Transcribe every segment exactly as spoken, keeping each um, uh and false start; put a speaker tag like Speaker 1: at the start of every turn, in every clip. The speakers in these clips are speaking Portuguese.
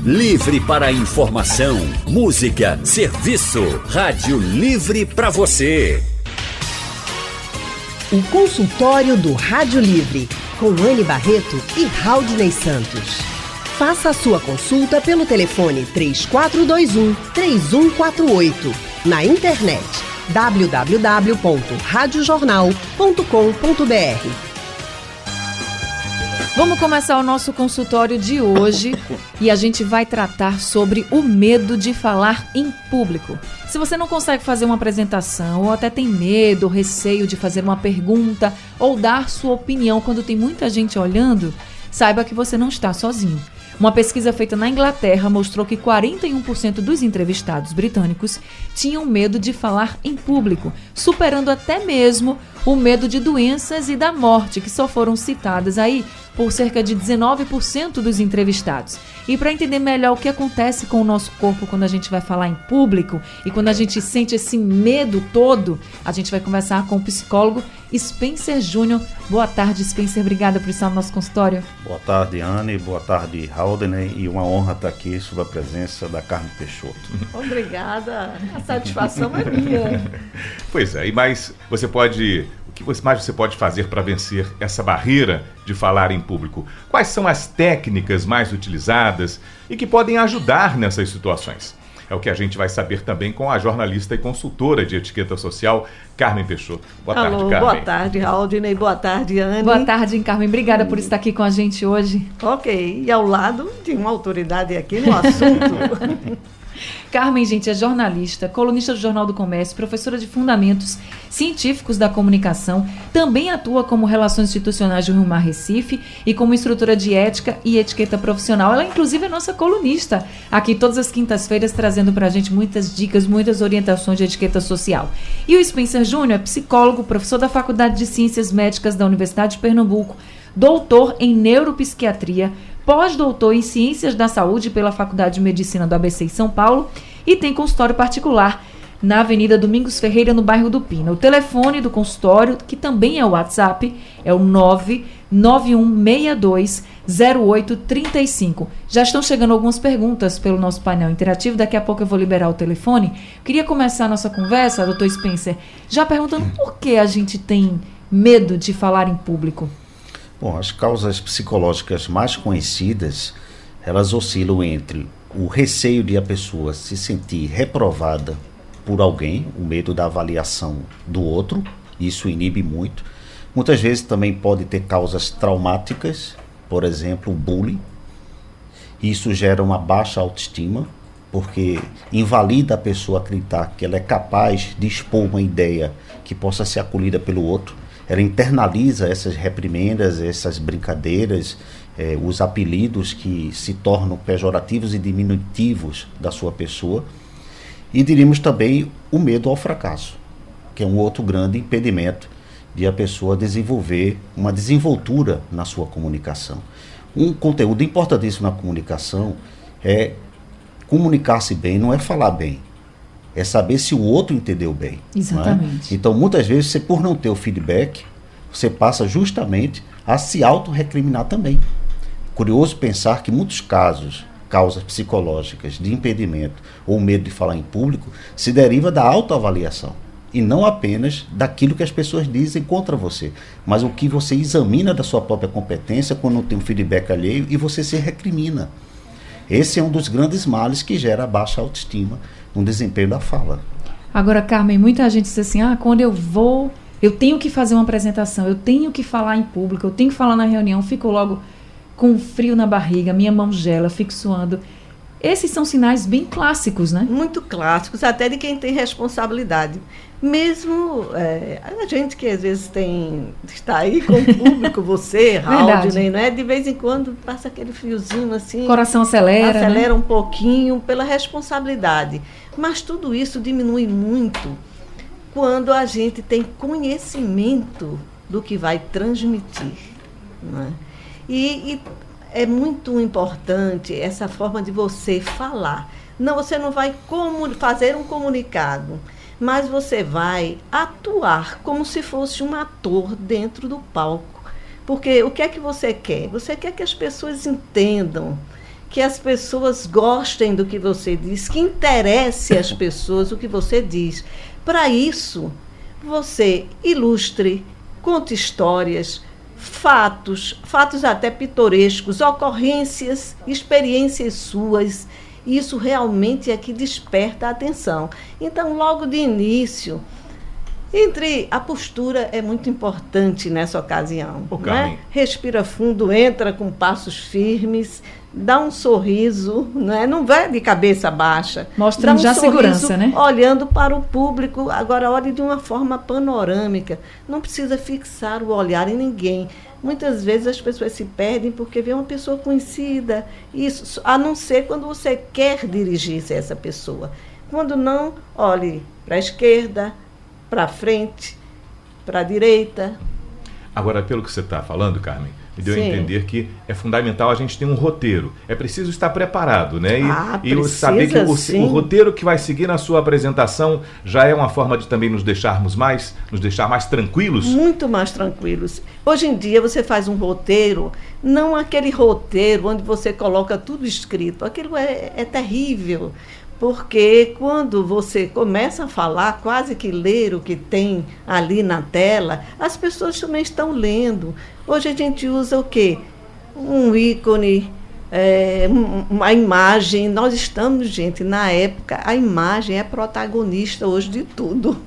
Speaker 1: Livre para informação, música, serviço. Rádio Livre para você.
Speaker 2: O consultório do Rádio Livre, com Anne Barreto e Raudney Santos. Faça a sua consulta pelo telefone três quatro dois um, três um quatro oito. Na internet w w w ponto rádio jornal ponto com ponto b r.
Speaker 3: Vamos começar o nosso consultório de hoje e a gente vai tratar sobre o medo de falar em público. Se você não consegue fazer uma apresentação ou até tem medo, receio de fazer uma pergunta ou dar sua opinião quando tem muita gente olhando, saiba que você não está sozinho. Uma pesquisa feita na Inglaterra mostrou que quarenta e um por cento dos entrevistados britânicos tinham medo de falar em público, superando até mesmo o medo de doenças e da morte, que só foram citadas aí por cerca de dezenove por cento dos entrevistados. E para entender melhor o que acontece com o nosso corpo quando a gente vai falar em público e quando a gente sente esse medo todo, a gente vai conversar com o psicólogo Spencer Júnior. Boa tarde, Spencer. Obrigada por estar no nosso consultório.
Speaker 4: Boa tarde, Anne. Boa tarde, Raudney. E uma honra estar aqui sob a presença da Carmen Peixoto.
Speaker 5: Obrigada. A satisfação é minha.
Speaker 6: Pois é, e mais você pode... O que mais você pode fazer para vencer essa barreira de falar em público? Quais são as técnicas mais utilizadas e que podem ajudar nessas situações? É o que a gente vai saber também com a jornalista e consultora de etiqueta social, Carmen Peixoto. Boa
Speaker 5: Alô,
Speaker 6: tarde, Carmen.
Speaker 5: Boa tarde, Raudney. Boa tarde, Anne.
Speaker 3: Boa tarde, Carmen. Obrigada por estar aqui com a gente hoje.
Speaker 5: Ok, e ao lado de uma autoridade aqui no assunto.
Speaker 3: Carmen, gente, é jornalista, colunista do Jornal do Comércio, professora de Fundamentos Científicos da Comunicação, também atua como Relações Institucionais do Rio Mar Recife e como instrutora de Ética e Etiqueta Profissional. Ela, inclusive, é nossa colunista aqui todas as quintas-feiras, trazendo pra gente muitas dicas, muitas orientações de etiqueta social. E o Spencer Júnior é psicólogo, professor da Faculdade de Ciências Médicas da Universidade de Pernambuco, doutor em Neuropsiquiatria, pós-doutor em Ciências da Saúde pela Faculdade de Medicina do A B C em São Paulo e tem consultório particular na Avenida Domingos Ferreira, no bairro do Pina. O telefone do consultório, que também é o WhatsApp, é o nove nove um seis dois zero oito três cinco. Já estão chegando algumas perguntas pelo nosso painel interativo, daqui a pouco eu vou liberar o telefone. Queria começar a nossa conversa, doutor Spencer, já perguntando por que a gente tem medo de falar em público.
Speaker 4: Bom, as causas psicológicas mais conhecidas, elas oscilam entre o receio de a pessoa se sentir reprovada por alguém, o medo da avaliação do outro, isso inibe muito. Muitas vezes também pode ter causas traumáticas, por exemplo, o bullying. Isso gera uma baixa autoestima, porque invalida a pessoa acreditar que ela é capaz de expor uma ideia que possa ser acolhida pelo outro. Ela internaliza essas reprimendas, essas brincadeiras, eh, os apelidos que se tornam pejorativos e diminutivos da sua pessoa. E diríamos também o medo ao fracasso, que é um outro grande impedimento de a pessoa desenvolver uma desenvoltura na sua comunicação. Um conteúdo importantíssimo na comunicação é comunicar-se bem, não é falar bem. É saber se o outro entendeu bem.
Speaker 3: Exatamente.
Speaker 4: É? Então, muitas vezes, você, por não ter o feedback, você passa justamente a se auto-recriminar também. Curioso pensar que muitos casos, causas psicológicas de impedimento ou medo de falar em público, se deriva da autoavaliação. E não apenas daquilo que as pessoas dizem contra você, mas o que você examina da sua própria competência quando não tem um feedback alheio e você se recrimina. Esse é um dos grandes males que gera a baixa autoestima no desempenho da fala.
Speaker 3: Agora, Carmen, muita gente diz assim, ah, quando eu vou, eu tenho que fazer uma apresentação, eu tenho que falar em público, eu tenho que falar na reunião, fico logo com um frio na barriga, minha mão gela, fico suando. Esses são sinais bem clássicos, né?
Speaker 5: Muito clássicos, até de quem tem responsabilidade. Mesmo é, a gente que às vezes tem, está aí com o público, você, Raudney, né? De vez em quando passa aquele friozinho assim.
Speaker 3: Coração acelera.
Speaker 5: Acelera,
Speaker 3: né?
Speaker 5: Um pouquinho pela responsabilidade. Mas tudo isso diminui muito quando a gente tem conhecimento do que vai transmitir. Né? E, e é muito importante essa forma de você falar. Não, você não vai comun- fazer um comunicado, mas você vai atuar como se fosse um ator dentro do palco. Porque o que é que você quer? Você quer que as pessoas entendam que as pessoas gostem do que você diz, que interesse às pessoas o que você diz. Para isso, você ilustre, conte histórias, fatos, fatos até pitorescos, ocorrências, experiências suas. Isso realmente é que desperta a atenção. Então, logo de início, entre a postura é muito importante nessa ocasião.
Speaker 6: Ô,
Speaker 5: né? Respira fundo, entra com passos firmes, dá um sorriso, né? Não vai de cabeça baixa.
Speaker 3: Mostrando
Speaker 5: um
Speaker 3: já
Speaker 5: sorriso,
Speaker 3: segurança, né?
Speaker 5: Olhando para o público, agora olhe de uma forma panorâmica. Não precisa fixar o olhar em ninguém. Muitas vezes as pessoas se perdem porque vê uma pessoa conhecida, isso, a não ser quando você quer dirigir-se a essa pessoa. Quando não, olhe para a esquerda, para frente, para a direita.
Speaker 6: Agora, pelo que você está falando, Carmen, me deu
Speaker 5: Sim.
Speaker 6: a entender que é fundamental a gente ter um roteiro. É preciso estar preparado, né? E,
Speaker 5: Ah,
Speaker 6: e
Speaker 5: precisa,
Speaker 6: saber que o,
Speaker 5: sim.
Speaker 6: o roteiro que vai seguir na sua apresentação já é uma forma de também nos deixarmos mais, nos deixar mais tranquilos.
Speaker 5: Muito mais tranquilos. Hoje em dia você faz um roteiro, não aquele roteiro onde você coloca tudo escrito. Aquilo é, é terrível. Porque quando você começa a falar, quase que ler o que tem ali na tela, as pessoas também estão lendo. Hoje a gente usa o quê? Um ícone, é, uma imagem. Nós estamos, gente, na época, a imagem é protagonista hoje de tudo.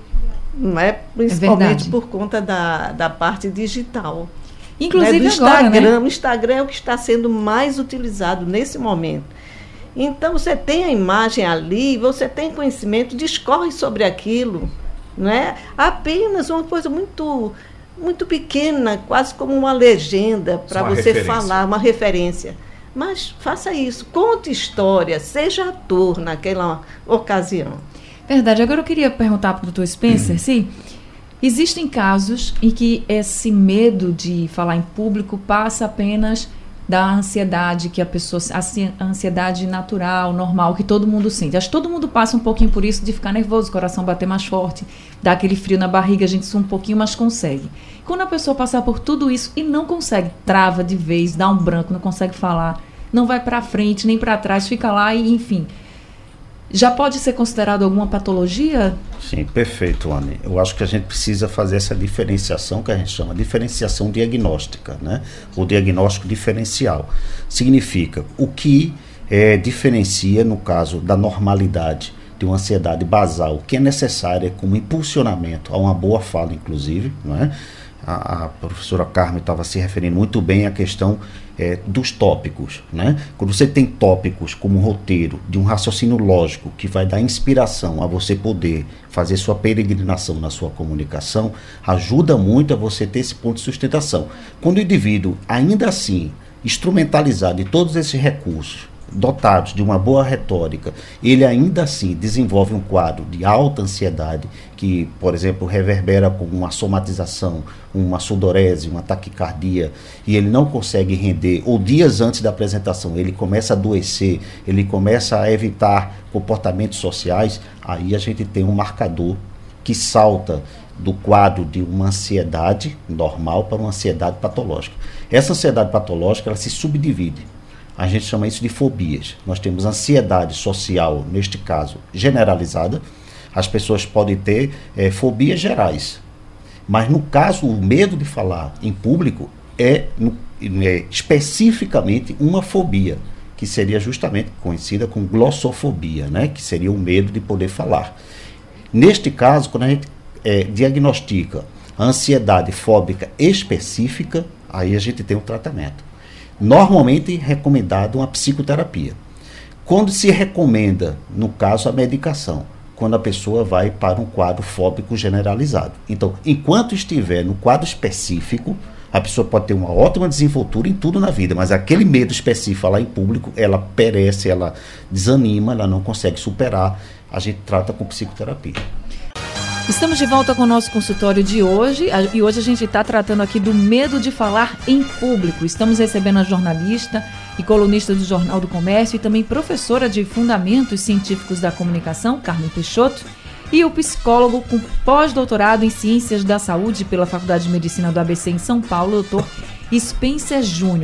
Speaker 5: Não é? Principalmente
Speaker 3: É
Speaker 5: por conta da, da parte digital.
Speaker 3: Inclusive
Speaker 5: né? Do
Speaker 3: agora,
Speaker 5: Instagram.
Speaker 3: né?
Speaker 5: O Instagram é o que está sendo mais utilizado nesse momento. Então, você tem a imagem ali, você tem conhecimento, discorre sobre aquilo, não é? Apenas uma coisa muito, muito pequena, quase como uma legenda para
Speaker 6: Uma
Speaker 5: você
Speaker 6: referência.
Speaker 5: falar, uma referência. Mas faça isso, conte história, seja ator naquela ocasião.
Speaker 3: Verdade. Agora eu queria perguntar para o doutor Spencer
Speaker 6: Uhum.
Speaker 3: se existem casos em que esse medo de falar em público passa apenas da ansiedade que a pessoa, a ansiedade natural, normal, que todo mundo sente. Acho que todo mundo passa um pouquinho por isso, de ficar nervoso, o coração bater mais forte, dar aquele frio na barriga, a gente sua um pouquinho, mas consegue. Quando a pessoa passar por tudo isso e não consegue, trava de vez, dá um branco, não consegue falar, não vai para frente, nem para trás, fica lá e, enfim, já pode ser considerado alguma patologia?
Speaker 4: Sim, perfeito, Anne. Eu acho que a gente precisa fazer essa diferenciação que a gente chama de diferenciação diagnóstica, né? O diagnóstico diferencial. Significa o que é, diferencia, no caso da normalidade de uma ansiedade basal, o que é necessário como impulsionamento a uma boa fala, inclusive, não é? A, a professora Carmen estava se referindo muito bem à questão é, dos tópicos, né? Quando você tem tópicos como um roteiro de um raciocínio lógico que vai dar inspiração a você poder fazer sua peregrinação na sua comunicação, ajuda muito a você ter esse ponto de sustentação. Quando o indivíduo, ainda assim, instrumentalizado de todos esses recursos, dotados de uma boa retórica, ele ainda assim desenvolve um quadro de alta ansiedade que, por exemplo, reverbera com uma somatização, uma sudorese, uma taquicardia, e ele não consegue render, ou dias antes da apresentação ele começa a adoecer, ele começa a evitar comportamentos sociais, aí a gente tem um marcador que salta do quadro de uma ansiedade normal para uma ansiedade patológica. Essa ansiedade patológica, ela se subdivide. A gente chama isso de fobias. Nós temos ansiedade social, neste caso, generalizada. As pessoas podem ter é, fobias gerais. Mas, no caso, o medo de falar em público é, no, é especificamente uma fobia, que seria justamente conhecida como glossofobia, né? Que seria o medo de poder falar. Neste caso, quando a gente é, diagnostica a ansiedade fóbica específica, aí a gente tem um tratamento. Normalmente recomendado uma psicoterapia. Quando se recomenda, no caso, a medicação, quando a pessoa vai para um quadro fóbico generalizado. Então, enquanto estiver no quadro específico, a pessoa pode ter uma ótima desenvoltura em tudo na vida, mas aquele medo específico falar em público, ela perece, ela desanima, ela não consegue superar, a gente trata com psicoterapia.
Speaker 3: Estamos de volta com o nosso consultório de hoje, e hoje a gente está tratando aqui do medo de falar em público. Estamos recebendo a jornalista e colunista do Jornal do Comércio e também professora de Fundamentos Científicos da Comunicação, Carmen Peixoto, e o psicólogo com pós-doutorado em Ciências da Saúde pela Faculdade de Medicina do A B C em São Paulo, doutor Spencer Júnior.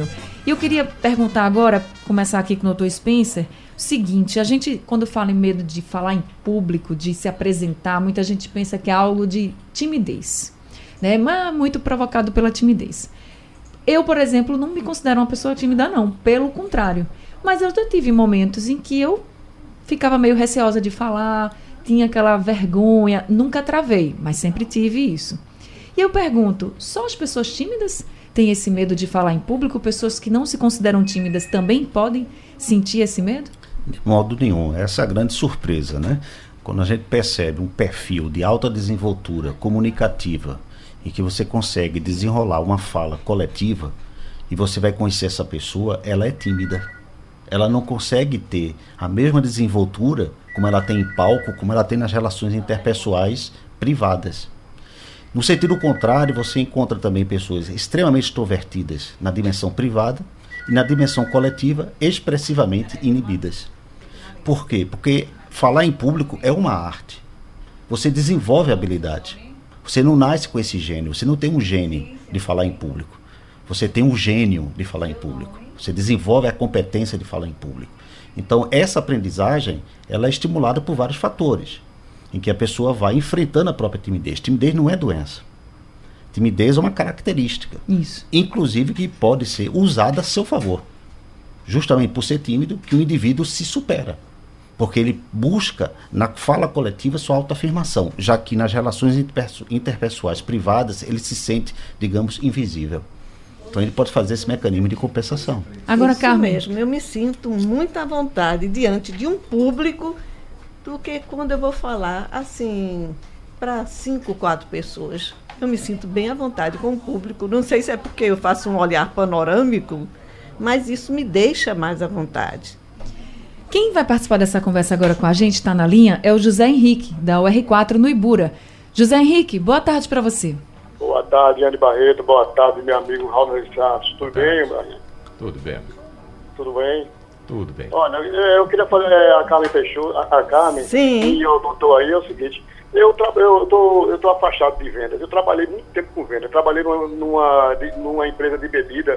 Speaker 3: E eu queria perguntar agora, começar aqui com o doutor Spencer, o seguinte, a gente, quando fala em medo de falar em público, de se apresentar, muita gente pensa que é algo de timidez, né? Mas muito provocado pela timidez. Eu, por exemplo, não me considero uma pessoa tímida, não. Pelo contrário. Mas eu já tive momentos em que eu ficava meio receosa de falar, tinha aquela vergonha. Nunca travei, mas sempre tive isso. E eu pergunto, só as pessoas tímidas têm esse medo de falar em público? Pessoas que não se consideram tímidas também podem sentir esse medo?
Speaker 4: De modo nenhum. Essa é a grande surpresa, né? Quando a gente percebe um perfil de alta desenvoltura comunicativa e que você consegue desenrolar uma fala coletiva e você vai conhecer essa pessoa, ela é tímida. Ela não consegue ter a mesma desenvoltura como ela tem em palco, como ela tem nas relações interpessoais privadas. No sentido contrário, você encontra também pessoas extremamente extrovertidas na dimensão privada e na dimensão coletiva expressivamente inibidas. Por quê? Porque falar em público é uma arte. Você desenvolve habilidade. Você não nasce com esse gênio. Você não tem um gênio de falar em público. Você tem um gênio de falar em público. Você desenvolve a competência de falar em público. Então, essa aprendizagem, ela é estimulada por vários fatores, em que a pessoa vai enfrentando a própria timidez. Timidez não é doença. Timidez é uma característica.
Speaker 3: Isso.
Speaker 4: Inclusive que pode ser usada a seu favor. Justamente por ser tímido, que o indivíduo se supera. Porque ele busca, na fala coletiva, sua autoafirmação, já que nas relações interperso- interpessoais privadas, ele se sente, digamos, invisível. Então ele pode fazer esse mecanismo de compensação.
Speaker 3: Agora,
Speaker 5: Isso
Speaker 3: Carmen.
Speaker 5: mesmo, eu me sinto muito à vontade diante de um público do que quando eu vou falar assim para cinco, quatro pessoas. Eu me sinto bem à vontade com o público. Não sei se é porque eu faço um olhar panorâmico, mas isso me deixa mais à vontade.
Speaker 3: Quem vai participar dessa conversa agora com a gente, está na linha, é o José Henrique, da U R quatro no Ibura. José Henrique, boa tarde para você.
Speaker 7: Boa tarde, Anne Barreto. Boa tarde, meu amigo Raul Santos. Tudo bem, Barreto?
Speaker 6: Tudo bem.
Speaker 7: Tudo bem?
Speaker 6: Tudo bem.
Speaker 7: Olha, eu queria fazer a Carmen Peixoto, a, a Carmen.
Speaker 5: Sim.
Speaker 7: E o doutor aí é o seguinte, eu tra- eu tô, eu tô afastado de vendas. Eu trabalhei muito tempo com vendas. Eu trabalhei numa, numa, de, numa empresa de bebida,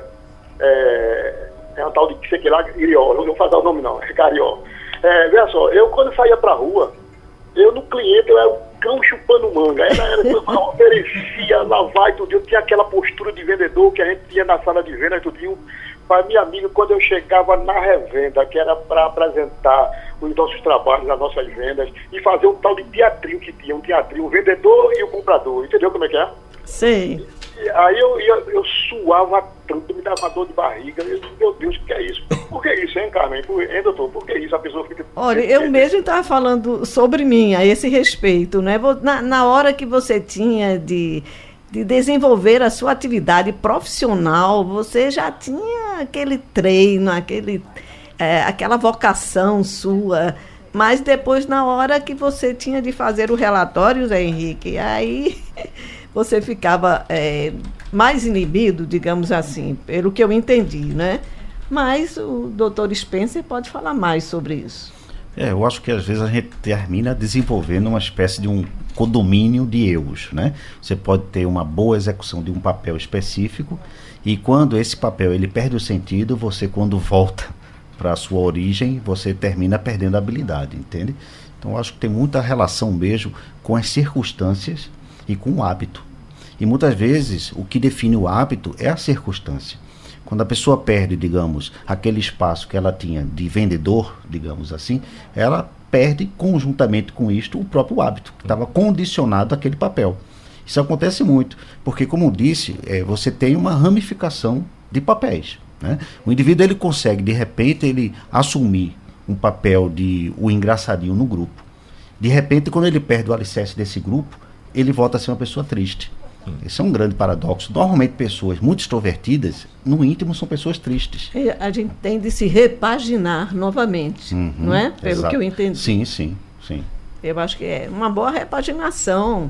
Speaker 7: é, é uma tal de, sei que lá, Irió. Não vou fazer o nome não, é Carió. É, veja só, eu quando saía pra rua, eu no cliente, eu era um cão chupando manga. Era, era, eu oferecia, lá vai, tudo. Eu tinha aquela postura de vendedor que a gente tinha na sala de venda, tudinho. Para minha amiga, quando eu chegava na revenda, que era para apresentar os nossos trabalhos, as nossas vendas, e fazer um tal de teatrinho que tinha, um teatrinho, o vendedor e o comprador. Entendeu como é que é?
Speaker 5: Sei.
Speaker 7: E aí eu, eu, eu suava tanto, me dava dor de barriga. Eu, meu Deus, o que é isso? Por que isso, hein, Carmen? Por, hein, doutor? Por que isso? A pessoa fica...
Speaker 5: Olha, eu mesmo estava falando sobre mim, a esse respeito, né? Na, na hora que você tinha de, de desenvolver a sua atividade profissional, você já tinha aquele treino, aquele, é, aquela vocação sua. Mas depois, na hora que você tinha de fazer o relatório, Zé Henrique, aí você ficava é, mais inibido, digamos assim, pelo que eu entendi, né? Mas o doutor Spencer pode falar mais sobre isso.
Speaker 4: É, eu acho que às vezes a gente termina desenvolvendo uma espécie de um condomínio de eus, né? Você pode ter uma boa execução de um papel específico e quando esse papel ele perde o sentido, você quando volta para a sua origem, você termina perdendo a habilidade, entende? Então eu acho que tem muita relação mesmo com as circunstâncias e com o hábito. E muitas vezes o que define o hábito é a circunstância. Quando a pessoa perde, digamos, aquele espaço que ela tinha de vendedor, digamos assim, ela perde conjuntamente com isto o próprio hábito, que estava condicionado àquele papel. Isso acontece muito, porque como disse, é, você tem uma ramificação de papéis, né? O indivíduo ele consegue, de repente, ele assumir um papel de o engraçadinho no grupo. De repente, quando ele perde o alicerce desse grupo, ele volta a ser uma pessoa triste. Esse é um grande paradoxo. Normalmente pessoas muito extrovertidas, no íntimo são pessoas tristes.
Speaker 5: E a gente tem de se repaginar novamente,
Speaker 4: Uhum,
Speaker 5: não é? Pelo
Speaker 4: exato.
Speaker 5: que eu entendi.
Speaker 4: Sim, sim, sim.
Speaker 5: Eu acho que é uma boa repaginação.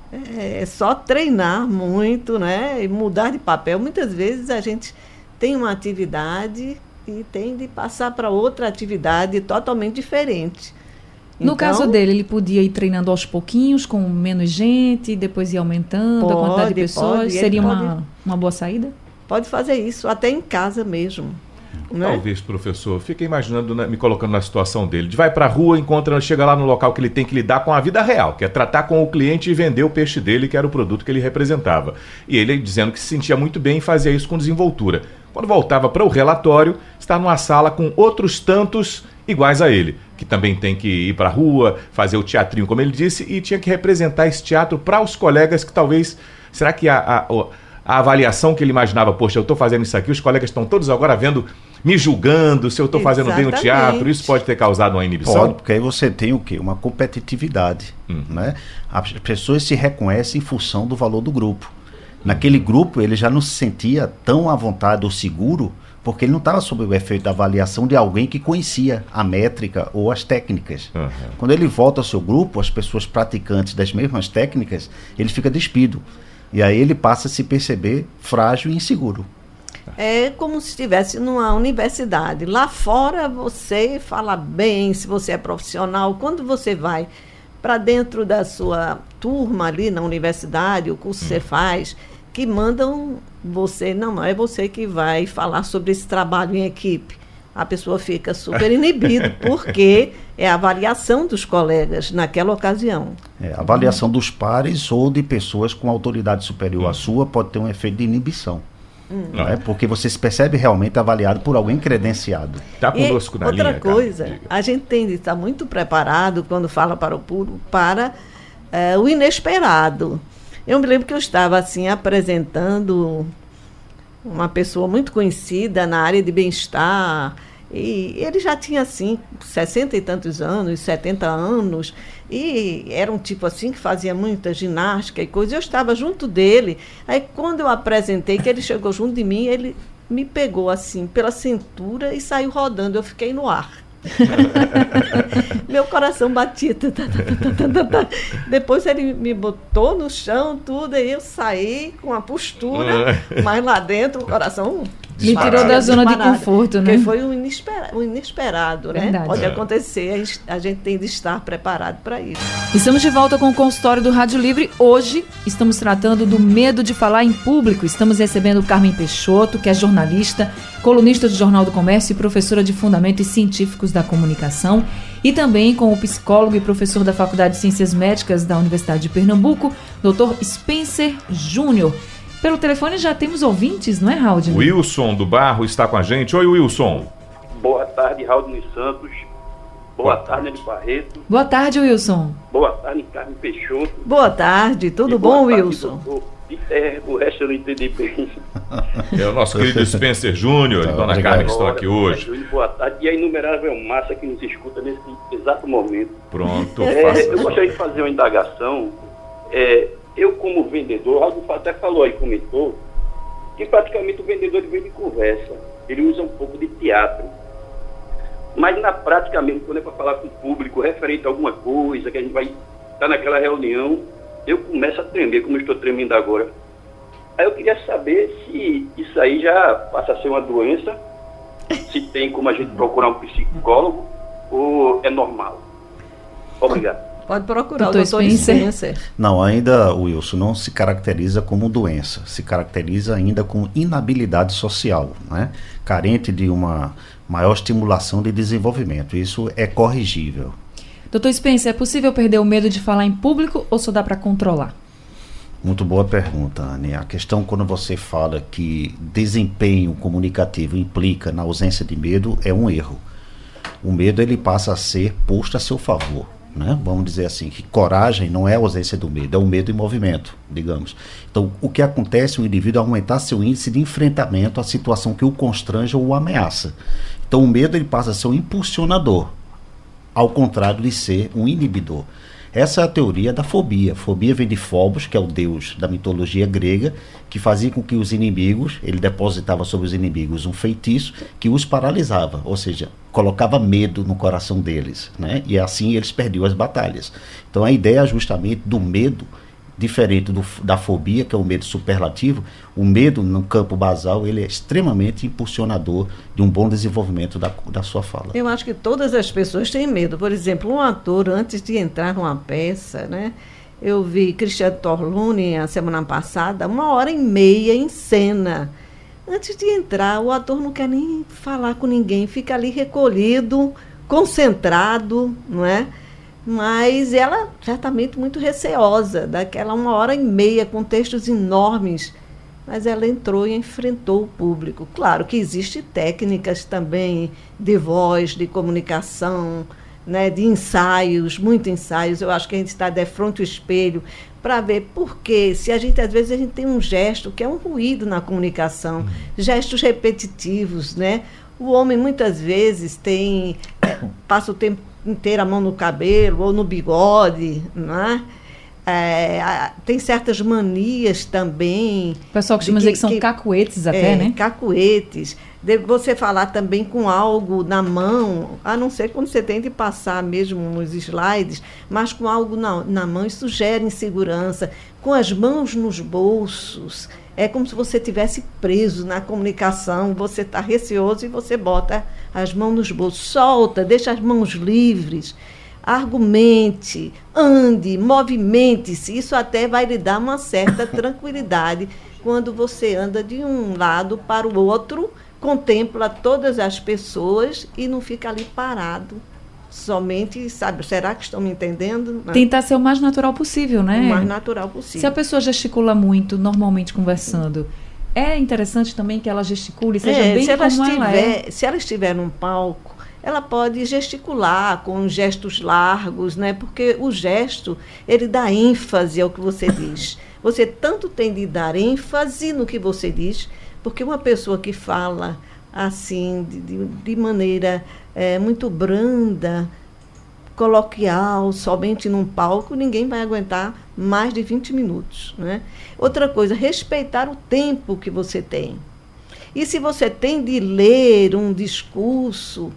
Speaker 5: É só treinar muito, né? E mudar de papel. Muitas vezes a gente tem uma atividade e tem de passar para outra atividade totalmente diferente.
Speaker 3: No
Speaker 5: Então,
Speaker 3: caso dele, ele podia ir treinando aos pouquinhos, com menos gente, depois ir aumentando a quantidade de
Speaker 5: Pode,
Speaker 3: pessoas.
Speaker 5: pode, ele
Speaker 3: Seria uma,
Speaker 5: pode.
Speaker 3: uma boa saída?
Speaker 5: pode fazer isso até em casa mesmo. Né?
Speaker 6: Talvez, professor, fica imaginando, né, me colocando na situação dele. De vai para a rua, encontra, chega lá no local que ele tem que lidar com a vida real, que é tratar com o cliente e vender o peixe dele, que era o produto que ele representava. E ele dizendo que se sentia muito bem e fazia isso com desenvoltura. Quando voltava para o relatório, está numa sala com outros tantos iguais a ele, que também tem que ir para a rua, fazer o teatrinho, como ele disse, e tinha que representar esse teatro para os colegas que talvez... Será que a, a, a avaliação que ele imaginava, poxa, eu estou fazendo isso aqui, os colegas estão todos agora vendo... me julgando se eu estou fazendo bem o teatro, isso pode ter causado uma inibição?
Speaker 4: Pode, porque aí você tem o quê? Uma competitividade. Uhum. Né? As pessoas se reconhecem em função do valor do grupo. Naquele grupo ele já não se sentia tão à vontade ou seguro, porque ele não estava sob o efeito da avaliação de alguém que conhecia a métrica ou as técnicas. Uhum. Quando ele volta ao seu grupo, as pessoas praticantes das mesmas técnicas, ele fica despido. E aí ele passa a se perceber frágil e inseguro.
Speaker 5: É como se estivesse numa universidade. Lá fora você fala bem, se você é profissional. Quando você vai para dentro da sua turma ali na universidade, o curso que você faz, que mandam você, não, não é você que vai falar sobre esse trabalho em equipe. A pessoa fica super inibida, porque é a avaliação dos colegas naquela ocasião.
Speaker 4: É, a avaliação dos pares ou de pessoas com autoridade superior à sua pode ter um efeito de inibição. Hum. Não é? Porque você se percebe realmente avaliado por alguém credenciado.
Speaker 6: Está conosco na
Speaker 5: outra
Speaker 6: linha.
Speaker 5: Outra coisa, cara, a gente tem de estar muito preparado quando fala para o público para uh, o inesperado. Eu me lembro que eu estava assim apresentando uma pessoa muito conhecida na área de bem-estar, e ele já tinha assim sessenta e tantos anos, setenta anos, e era um tipo assim que fazia muita ginástica e coisa. Eu estava junto dele, aí quando eu apresentei, que ele chegou junto de mim, ele me pegou assim pela cintura e saiu rodando, eu fiquei no ar. Meu coração batia. Tá, tá, tá, tá, tá, tá. Depois ele me botou no chão, tudo, aí eu saí com a postura, mas lá dentro o coração
Speaker 3: me tirou da zona de conforto, né?
Speaker 5: Porque foi um inesperado, um inesperado, né?
Speaker 3: Verdade.
Speaker 5: Pode
Speaker 6: É.
Speaker 5: acontecer, a gente tem de estar preparado para isso.
Speaker 3: Estamos de volta com o consultório do Rádio Livre. Hoje estamos tratando do medo de falar em público. Estamos recebendo o Carmen Peixoto, que é jornalista, colunista do Jornal do Comércio e professora de Fundamentos Científicos da Comunicação, e também com o psicólogo e professor da Faculdade de Ciências Médicas da Universidade de Pernambuco, doutor Spencer Júnior. Pelo telefone já temos ouvintes, não é, Raul?
Speaker 6: Wilson do Barro está com a gente. Oi, Wilson.
Speaker 8: Boa tarde, Raul Santos. Boa tarde, Eli Barreto.
Speaker 3: Boa tarde, Wilson.
Speaker 8: Boa tarde, Carmen Peixoto.
Speaker 5: Boa tarde, tudo
Speaker 8: E
Speaker 5: bom,
Speaker 8: boa tarde,
Speaker 5: Wilson?
Speaker 8: doutor. É, o resto eu não entendi bem.
Speaker 6: É o nosso querido Spencer Júnior e Dona Carmen que estão aqui hoje.
Speaker 8: Boa tarde. E a inumerável massa que nos escuta nesse exato momento.
Speaker 6: Pronto,
Speaker 8: É,
Speaker 6: faça.
Speaker 8: eu gostaria de fazer uma indagação. É, eu, como vendedor, o Raul até falou aí, comentou, que praticamente o vendedor ele vem de conversa. Ele usa um pouco de teatro. Mas na prática mesmo, quando é para falar com o público referente a alguma coisa, que a gente vai estar naquela reunião, eu começo a tremer, como eu estou tremendo agora. Aí eu queria saber se isso aí já passa a ser uma doença, se tem como a gente procurar um psicólogo, ou é normal. Obrigado.
Speaker 5: Pode procurar
Speaker 3: Doutor
Speaker 5: o doutor
Speaker 3: Spencer.
Speaker 5: Spencer.
Speaker 4: Não, ainda, Wilson, não se caracteriza como doença, se caracteriza ainda como inabilidade social, né? Carente de uma maior estimulação de desenvolvimento. Isso é corrigível.
Speaker 3: doutor Spencer, é possível perder o medo de falar em público ou só dá para controlar?
Speaker 4: Muito boa pergunta, Anne. A questão, quando você fala que desempenho comunicativo implica na ausência de medo, é um erro. O medo ele passa a ser posto a seu favor, né? Vamos dizer assim, que coragem não é a ausência do medo, é o medo em movimento, digamos. Então, o que acontece, o indivíduo aumentar seu índice de enfrentamento à situação que o constrange ou o ameaça. Então, o medo ele passa a ser um impulsionador, ao contrário de ser um inibidor. Essa é a teoria da fobia. Fobia vem de Phobos, que é o deus da mitologia grega, que fazia com que os inimigos, ele depositava sobre os inimigos um feitiço que os paralisava, ou seja, colocava medo no coração deles, né? E assim eles perdiam as batalhas. Então a ideia justamente do medo, diferente do, da fobia, que é o medo superlativo, o medo no campo basal, ele é extremamente impulsionador de um bom desenvolvimento da, da sua fala.
Speaker 5: Eu acho que todas as pessoas têm medo. Por exemplo, um ator, antes de entrar numa peça, né? Eu vi Cristiano Torluni a semana passada, uma hora e meia em cena, Antes de entrar, o ator não quer nem falar com ninguém, fica ali recolhido, concentrado, não é? Mas ela certamente muito receosa, daquela uma hora e meia com textos enormes, mas ela entrou e enfrentou o público. Claro que existem técnicas também de voz, de comunicação, né, de ensaios, muitos ensaios. Eu acho que a gente está de frente ao espelho para ver por quê. Se a gente, às vezes, a gente tem um gesto que é um ruído na comunicação, gestos repetitivos, né? O homem, muitas vezes, tem é, passa o tempo inteiro a mão no cabelo ou no bigode, né? É, tem certas manias também.
Speaker 3: O pessoal costuma
Speaker 5: que,
Speaker 3: dizer que são
Speaker 5: que,
Speaker 3: cacuetes até,
Speaker 5: é,
Speaker 3: né?
Speaker 5: Cacuetes. De você falar também com algo na mão, a não ser quando você tem de passar mesmo nos slides, mas com algo na, na mão, isso gera insegurança. Com as mãos nos bolsos, é como se você estivesse preso na comunicação, você está receoso e você bota as mãos nos bolsos. Solta, deixa as mãos livres. Argumente, ande, movimente-se. Isso até vai lhe dar uma certa tranquilidade quando você anda de um lado para o outro, contempla todas as pessoas e não fica ali parado. Somente, sabe, será que estão me entendendo?
Speaker 3: Tentar ser o mais natural possível, né?
Speaker 5: O mais natural possível.
Speaker 3: Se a pessoa gesticula muito, normalmente conversando, é interessante também que ela gesticule, seja
Speaker 5: é,
Speaker 3: bem
Speaker 5: se ela
Speaker 3: como
Speaker 5: estiver,
Speaker 3: ela é.
Speaker 5: Se ela estiver num palco, ela pode gesticular com gestos largos, né? Porque o gesto, ele dá ênfase ao que você diz. Você tanto tem de dar ênfase no que você diz, porque uma pessoa que fala assim, de, de, de maneira é, muito branda, coloquial, somente num palco, ninguém vai aguentar mais de vinte minutos, né? Outra coisa, respeitar o tempo que você tem. E se você tem de ler um discurso,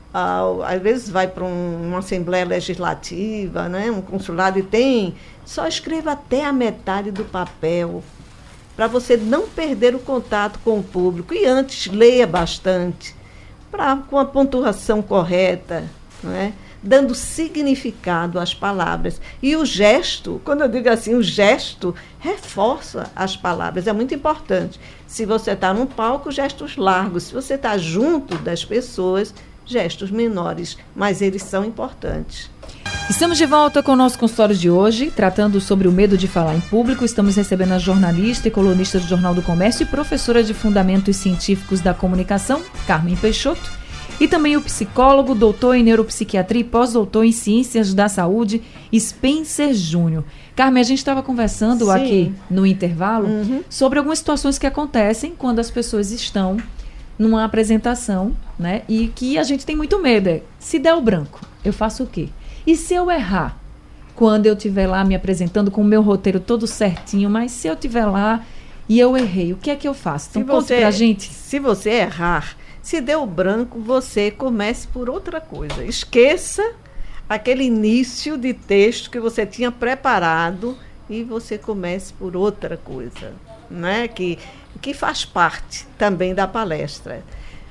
Speaker 5: ah, às vezes vai para um, uma Assembleia Legislativa, né, um consulado, e tem, só escreva até a metade do papel, para você não perder o contato com o público. E antes, leia bastante, pra, com a pontuação correta, né, dando significado às palavras. E o gesto, quando eu digo assim, o gesto reforça as palavras, é muito importante. Se você está num palco, gestos largos. Se você está junto das pessoas, gestos menores, mas eles são importantes.
Speaker 3: Estamos de volta com o nosso consultório de hoje, tratando sobre o medo de falar em público. Estamos recebendo a jornalista e colunista do Jornal do Comércio e professora de Fundamentos Científicos da Comunicação, Carmen Peixoto, e também o psicólogo, doutor em neuropsiquiatria e pós-doutor em ciências da saúde, Spencer Júnior. Carmen, a gente estava conversando Sim. aqui no intervalo uhum. sobre algumas situações que acontecem quando as pessoas estão numa apresentação, né? E que a gente tem muito medo. É, se der o branco, eu faço o quê? E se eu errar? Quando eu estiver lá me apresentando com o meu roteiro todo certinho, mas se eu estiver lá e eu errei, o que é que eu faço? Então, conta pra gente.
Speaker 5: Se você errar, se deu branco, você comece por outra coisa. Esqueça aquele início de texto que você tinha preparado e você comece por outra coisa, né? Que, que faz parte também da palestra.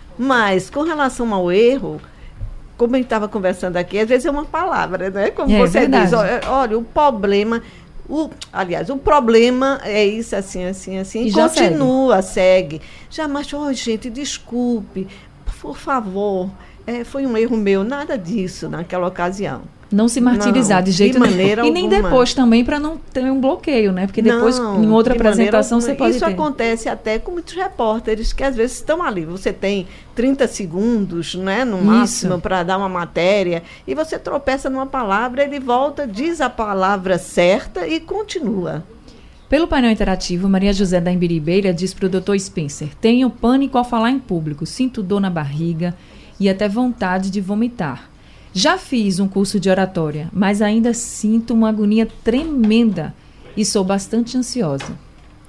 Speaker 5: Mas, com relação ao erro, como a gente estava conversando aqui, às vezes é uma palavra, né? Como
Speaker 3: é,
Speaker 5: você
Speaker 3: verdade.
Speaker 5: diz, olha, olha, o problema... O, aliás, o problema é isso, assim, assim, assim, e, e continua, segue. segue. Jamais, oh, gente, desculpe, por favor, é, foi um erro meu, nada disso naquela ocasião.
Speaker 3: Não se martirizar
Speaker 5: não,
Speaker 3: de jeito
Speaker 5: de maneira
Speaker 3: nenhum. E nem
Speaker 5: alguma.
Speaker 3: Depois também, para não ter um bloqueio, né? Porque depois, não, em outra apresentação, você pode
Speaker 5: Isso
Speaker 3: ter.
Speaker 5: acontece até com muitos repórteres que às vezes estão ali. Você tem trinta segundos, né, no máximo, para dar uma matéria, e você tropeça numa palavra, ele volta, diz a palavra certa e continua.
Speaker 3: Pelo painel interativo, Maria José da Imbiribeira diz para o doutor Spencer: tenho pânico ao falar em público, sinto dor na barriga e até vontade de vomitar. Já fiz um curso de oratória, mas ainda sinto uma agonia tremenda e sou bastante ansiosa.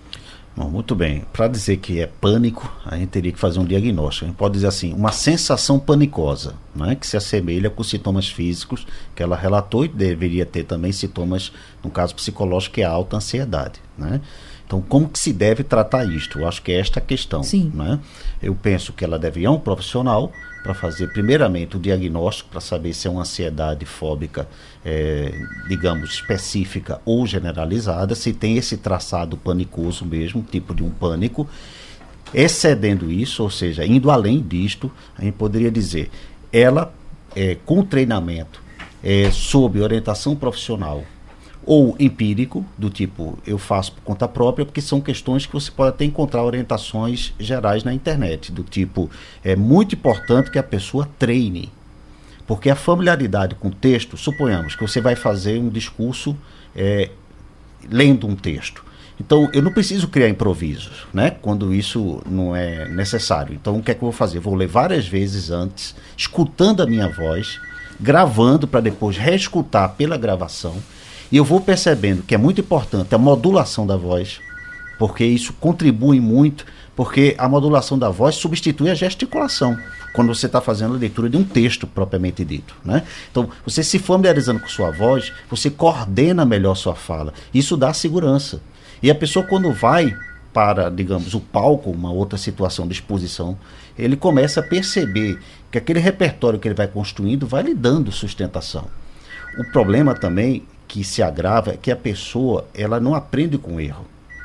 Speaker 4: Bom, muito bem. Para dizer que é pânico, a gente teria que fazer um diagnóstico. A gente pode dizer assim, uma sensação panicosa, né, que se assemelha com sintomas físicos que ela relatou e deveria ter também sintomas, no caso psicológico, que é a alta ansiedade, né? Então, como que se deve tratar isto? Eu acho que é esta a questão.
Speaker 3: Sim.
Speaker 4: Né? Eu penso que ela deve ir a um profissional para fazer, primeiramente, o diagnóstico, para saber se é uma ansiedade fóbica, é, digamos, específica ou generalizada, se tem esse traçado panicoso mesmo, tipo de um pânico. Excedendo isso, ou seja, indo além disto, a gente poderia dizer, ela, é, com treinamento, é, sob orientação profissional ou empírico, do tipo, eu faço por conta própria, porque são questões que você pode até encontrar orientações gerais na internet, do tipo, é muito importante que a pessoa treine, porque a familiaridade com o texto, suponhamos que você vai fazer um discurso é, lendo um texto. Então, eu não preciso criar improvisos, né? Quando isso não é necessário. Então, o que é que eu vou fazer? Vou ler várias vezes antes, escutando a minha voz, gravando para depois reescutar pela gravação, e eu vou percebendo que é muito importante a modulação da voz, porque isso contribui muito, porque a modulação da voz substitui a gesticulação, quando você está fazendo a leitura de um texto propriamente dito, né? Então, você se familiarizando com sua voz, você coordena melhor sua fala. Isso dá segurança. E a pessoa, quando vai para, digamos, o palco, uma outra situação de exposição, ele começa a perceber que aquele repertório que ele vai construindo vai lhe dando sustentação. O problema também que se agrava é que a pessoa, ela não aprende com erro.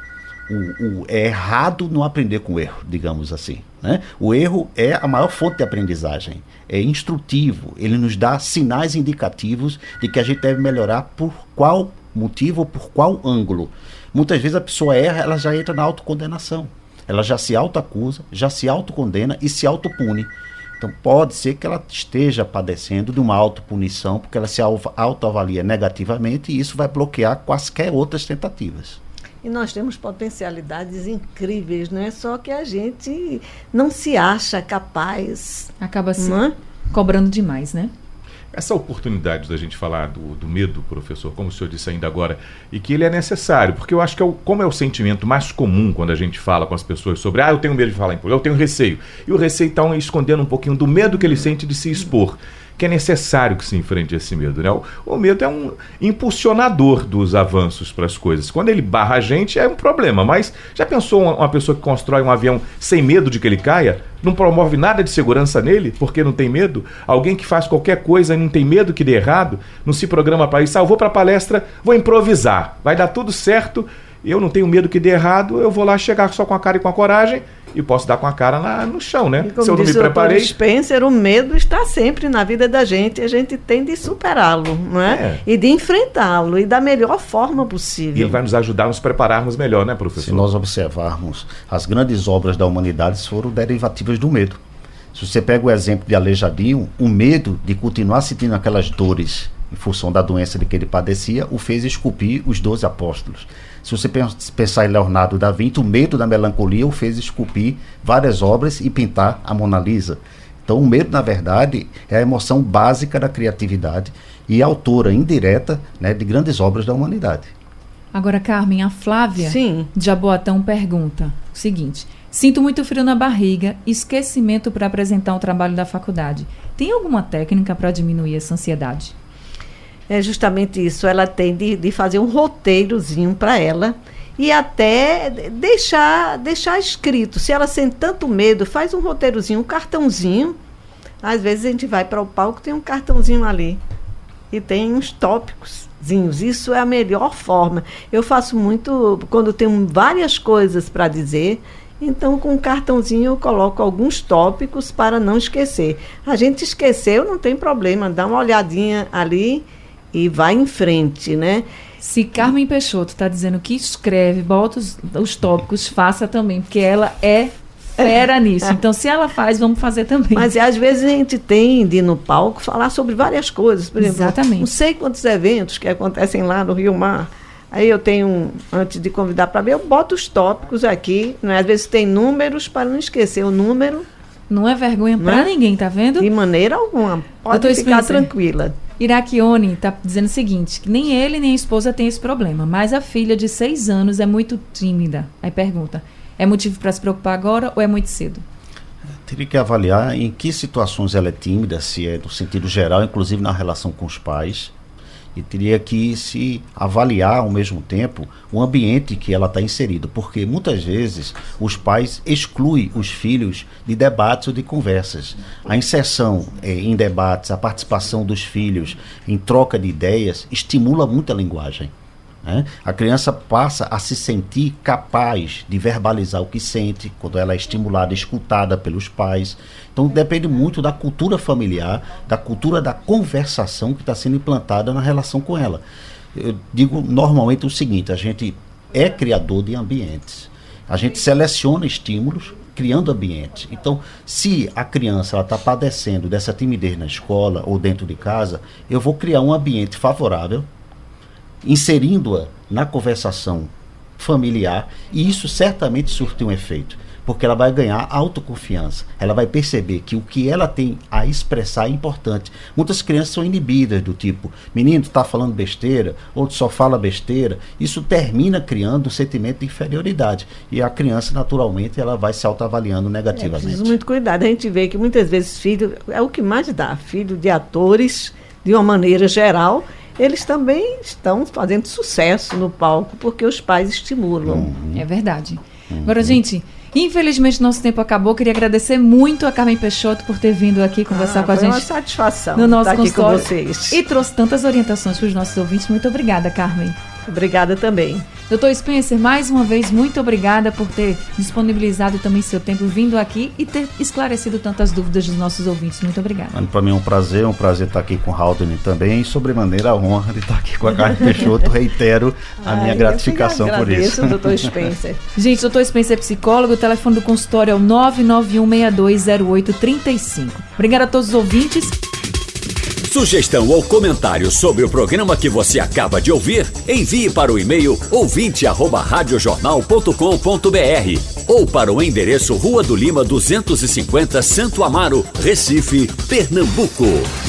Speaker 4: O, o, é errado não aprender com erro, digamos assim, né? O erro é a maior fonte de aprendizagem, é instrutivo, ele nos dá sinais indicativos de que a gente deve melhorar por qual motivo ou por qual ângulo. Muitas vezes a pessoa erra, ela já entra na autocondenação. Ela já se autoacusa, já se autocondena e se autopune. Então pode ser que ela esteja padecendo de uma autopunição, porque ela se autoavalia negativamente e isso vai bloquear quaisquer outras tentativas.
Speaker 5: E nós temos potencialidades incríveis, né? Só que a gente não se acha capaz.
Speaker 3: Acaba se
Speaker 5: não é?
Speaker 3: cobrando demais, né?
Speaker 6: Essa oportunidade da gente falar do, do medo, professor, como o senhor disse ainda agora, e que ele é necessário, porque eu acho que é o, como é o sentimento mais comum quando a gente fala com as pessoas sobre, ah, eu tenho medo de falar em público, eu tenho receio. E o receio está escondendo um pouquinho do medo que ele sente de se expor, que é necessário que se enfrente esse medo, né? O, o medo é um impulsionador dos avanços para as coisas. Quando ele barra a gente, é um problema, mas já pensou uma, uma pessoa que constrói um avião sem medo de que ele caia? Não promove nada de segurança nele, porque não tem medo? Alguém que faz qualquer coisa e não tem medo que dê errado, não se programa para isso, ah, eu vou para a palestra, vou improvisar, vai dar tudo certo, eu não tenho medo que dê errado, eu vou lá chegar só com a cara e com a coragem, e posso dar com a cara na, no chão, né?
Speaker 5: Se eu não me preparei. Spencer, o medo está sempre na vida da gente, e a gente tem de superá-lo, não é? é? E de enfrentá-lo, e da melhor forma possível.
Speaker 6: E ele vai nos ajudar a nos prepararmos melhor, né, professor?
Speaker 4: Se nós observarmos, as grandes obras da humanidade foram derivativas do medo. Se você pega o exemplo de Aleijadinho, o medo de continuar sentindo aquelas dores em função da doença de que ele padecia, o fez esculpir os doze apóstolos. Se você pensar em Leonardo da Vinci, o medo da melancolia o fez esculpir várias obras e pintar a Mona Lisa. Então o medo, na verdade, é a emoção básica da criatividade e autora indireta, né, de grandes obras da humanidade.
Speaker 3: Agora, Carmen, a Flávia
Speaker 5: Sim.
Speaker 3: de Jaboatão pergunta o seguinte: sinto muito frio na barriga, esquecimento para apresentar um trabalho da faculdade. Tem alguma técnica para diminuir essa ansiedade?
Speaker 5: É justamente isso, ela tem de, de fazer um roteirozinho para ela e até deixar, deixar escrito. Se ela sente tanto medo, faz um roteirozinho, um cartãozinho. Às vezes a gente vai para o palco, tem um cartãozinho ali e tem uns tópicozinhos. Isso é a melhor forma. Eu faço muito quando tenho várias coisas para dizer. Então, com um cartãozinho eu coloco alguns tópicos para não esquecer. A gente esqueceu, não tem problema, dá uma olhadinha ali e vai em frente, né?
Speaker 3: Se Carmen Peixoto está dizendo que escreve, bota os, os tópicos, faça também, porque ela é fera nisso. Então, se ela faz, vamos fazer também.
Speaker 5: Mas às vezes a gente tem de ir no palco falar sobre várias coisas. Por exemplo,
Speaker 3: exatamente.
Speaker 5: Não sei quantos eventos que acontecem lá no Rio Mar. Aí eu tenho, antes de convidar para ver, eu boto os tópicos aqui, né? Às vezes tem números para não esquecer o número.
Speaker 3: Não é vergonha para é? ninguém, tá vendo?
Speaker 5: De maneira alguma. Pode ficar Spencer. tranquila.
Speaker 3: Iraquione está dizendo o seguinte, que nem ele nem a esposa tem esse problema, mas a filha de seis anos é muito tímida. Aí pergunta, é motivo para se preocupar agora ou é muito cedo?
Speaker 4: Teria que avaliar em que situações ela é tímida, se é no sentido geral, inclusive na relação com os pais. E teria que se avaliar ao mesmo tempo o ambiente que ela está inserida, porque muitas vezes os pais excluem os filhos de debates ou de conversas. A inserção eh, em debates, a participação dos filhos em troca de ideias estimula muito a linguagem. Né? A criança passa a se sentir capaz de verbalizar o que sente quando ela é estimulada, escutada pelos pais. Então depende muito da cultura familiar, da cultura da conversação que está sendo implantada na relação com ela. Eu digo normalmente o seguinte: a gente é criador de ambientes, a gente seleciona estímulos criando ambientes. Então, se a criança está padecendo dessa timidez na escola ou dentro de casa, eu vou criar um ambiente favorável, inserindo-a na conversação familiar, e isso certamente surte um efeito, porque ela vai ganhar autoconfiança, ela vai perceber que o que ela tem a expressar é importante. Muitas crianças são inibidas, do tipo, menino, tu tá falando besteira, ou tu só fala besteira. Isso termina criando um sentimento de inferioridade, e a criança, naturalmente, ela vai se autoavaliando negativamente.
Speaker 5: É preciso muito cuidado. A gente vê que muitas vezes filho, é o que mais dá, filho de atores, de uma maneira geral, eles também estão fazendo sucesso no palco, porque os pais estimulam.
Speaker 3: Uhum. É verdade. Uhum. Agora, gente, infelizmente nosso tempo acabou. Queria agradecer muito a Carmen Peixoto por ter vindo aqui conversar
Speaker 5: ah,
Speaker 3: com a gente.
Speaker 5: Foi uma satisfação
Speaker 3: no nosso
Speaker 5: estar aqui com
Speaker 3: consultório
Speaker 5: vocês.
Speaker 3: E trouxe tantas orientações para os nossos ouvintes. Muito obrigada, Carmen.
Speaker 5: Obrigada também.
Speaker 3: doutor Spencer, mais uma vez, muito obrigada por ter disponibilizado também seu tempo, vindo aqui e ter esclarecido tantas dúvidas dos nossos ouvintes. Muito obrigada.
Speaker 4: Para mim é um prazer, um prazer estar aqui com o Haldane também, e sobremaneira a honra de estar aqui com a Carmen Peixoto. Reitero a Ai, minha gratificação por isso.
Speaker 5: Agradeço, doutor Spencer.
Speaker 3: Gente, doutor Spencer é psicólogo, o telefone do consultório é o nove nove um seis dois zero oito três cinco. Obrigada a todos os ouvintes.
Speaker 1: Sugestão ou comentário sobre o programa que você acaba de ouvir, envie para o e-mail ouvinte arroba radiojornal ponto com ponto br ou para o endereço Rua do Lima duzentos e cinquenta, Santo Amaro, Recife, Pernambuco.